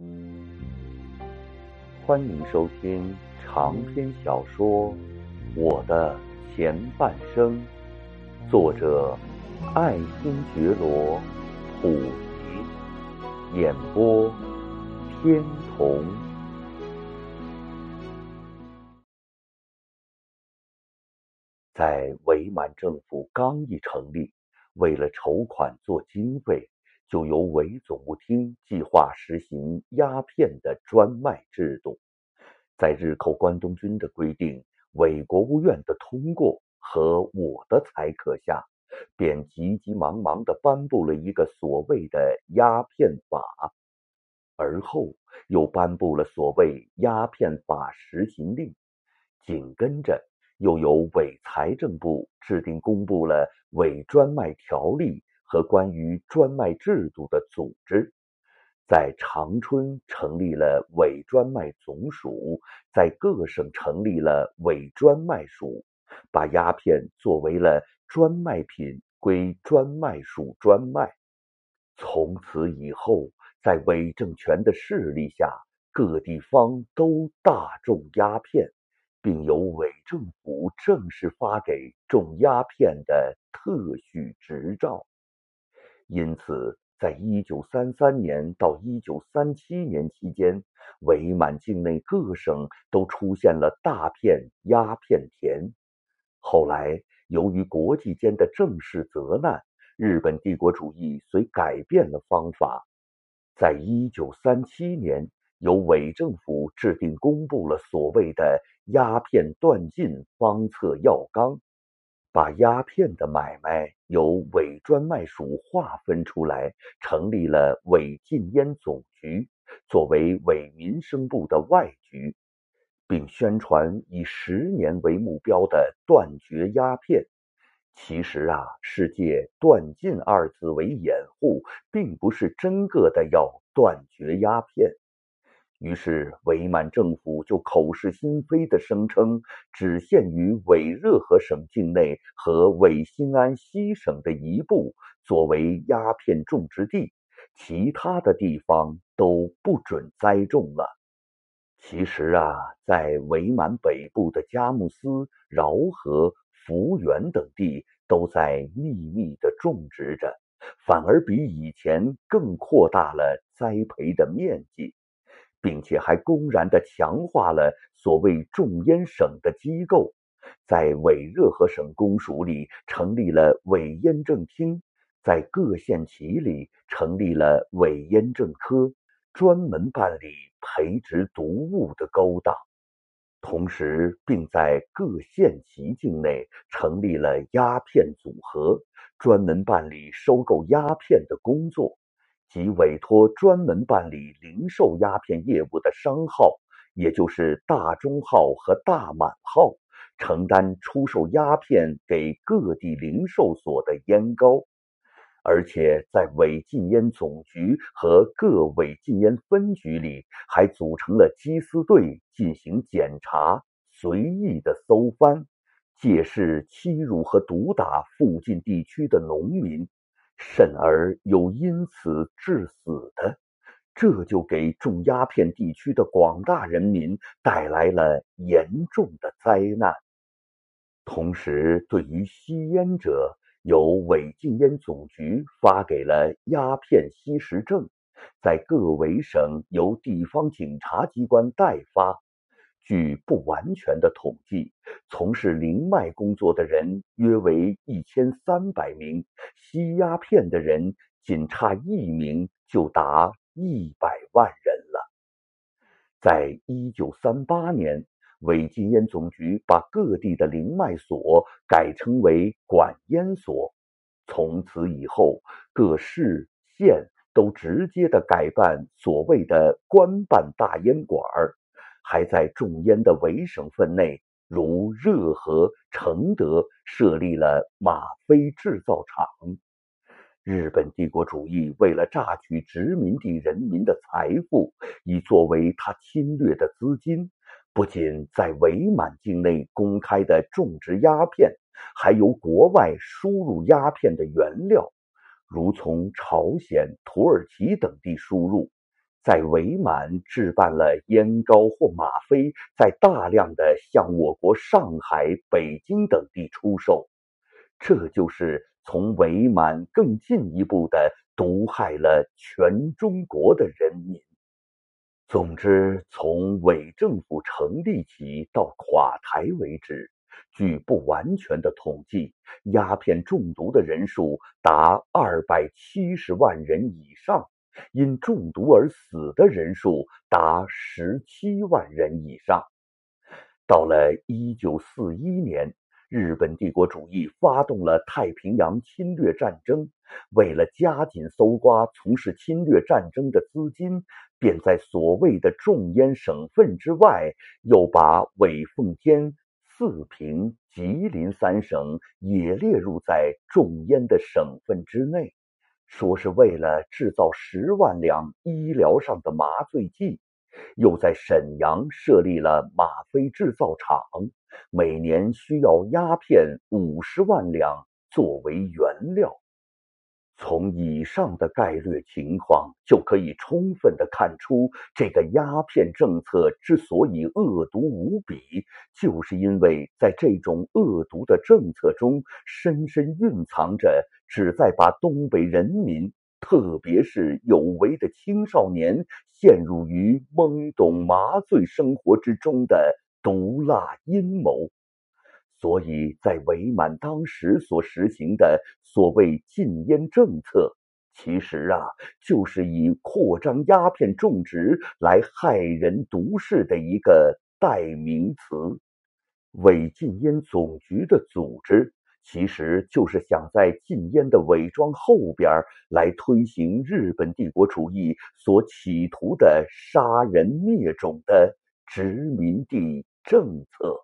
欢迎收听长篇小说《我的前半生》，作者爱新觉罗·溥仪，演播天童。在伪满政府刚一成立，为了筹款做经费，就由伪总务厅计划实行鸦片的专卖制度。在日寇关东军的规定、伪国务院的通过和我的裁可下，便急急忙忙地颁布了一个所谓的鸦片法，而后又颁布了所谓鸦片法实行令，紧跟着又由伪财政部制定公布了伪专卖条例和关于专卖制度的组织，在长春成立了伪专卖总署，在各省成立了伪专卖署，把鸦片作为了专卖品归专卖署专卖。从此以后，在伪政权的势力下，各地方都大种鸦片，并由伪政府正式发给种鸦片的特许执照。因此，在1933年到1937年期间，伪满境内各省都出现了大片鸦片田。后来，由于国际间的政事责难，日本帝国主义遂改变了方法。在1937年，由伪政府制定公布了所谓的鸦片断禁方策要纲，把鸦片的买卖由伪专卖署划分出来，成立了伪禁烟总局，作为伪民生部的外局，并宣传以10年为目标的断绝鸦片。其实是借断禁2字为掩护，并不是真个的要断绝鸦片。于是伪满政府就口是心非地声称，只限于伪热河省境内和伪新安西省的一部作为鸦片种植地，其他的地方都不准栽种了。其实在伪满北部的佳木斯、饶河、福原等地都在秘密地种植着，反而比以前更扩大了栽培的面积，并且还公然地强化了所谓种烟省的机构，在伪热河省公署里成立了伪烟政厅，在各县旗里成立了伪烟政科，专门办理培植毒物的勾当。同时并在各县旗境内成立了鸦片组合，专门办理收购鸦片的工作，即委托专门办理零售鸦片业务的商号，也就是大中号和大满号，承担出售鸦片给各地零售所的烟膏。而且在伪禁烟总局和各伪禁烟分局里，还组成了缉私队进行检查，随意的搜番，借势欺辱和毒打附近地区的农民，甚而有因此致死的。这就给种鸦片地区的广大人民带来了严重的灾难。同时，对于吸烟者，由伪禁烟总局发给了鸦片吸食证，在各伪省由地方警察机关代发。据不完全的统计，从事零卖工作的人约为1300名，吸鸦片的人仅差1名就达100万人了。在1938年，伪禁烟总局把各地的零卖所改称为管烟所，从此以后，各市县都直接的改办所谓的官办大烟馆，还在种烟的伪省份内，如热河、承德设立了吗啡制造厂。日本帝国主义为了榨取殖民地人民的财富，以作为他侵略的资金，不仅在伪满境内公开的种植鸦片，还由国外输入鸦片的原料，如从朝鲜、土耳其等地输入， 在伪满置办了烟膏或吗啡，再大量的向我国上海、北京等地出售。这就是从伪满更进一步的毒害了全中国的人民。总之，从伪政府成立起到垮台为止，据不完全的统计，鸦片中毒的人数达270万人以上，因中毒而死的人数达17万人以上。到了1941年，日本帝国主义发动了太平洋侵略战争，为了加紧搜刮从事侵略战争的资金，便在所谓的重烟省份之外，又把伪奉天、四平、吉林3省也列入在重烟的省份之内，说是为了制造10万两医疗上的麻醉剂。又在沈阳设立了吗啡制造厂，每年需要鸦片50万两作为原料。从以上的概略情况，就可以充分地看出，这个鸦片政策之所以恶毒无比，就是因为在这种恶毒的政策中，深深蕴藏着旨在把东北人民，特别是有为的青少年，陷入于懵懂麻醉生活之中的毒辣阴谋。所以在伪满当时所实行的所谓禁烟政策，其实就是以扩张鸦片种植来害人毒事的一个代名词。伪禁烟总局的组织，其实就是想在禁烟的伪装后边来推行日本帝国主义所企图的杀人灭种的殖民地政策。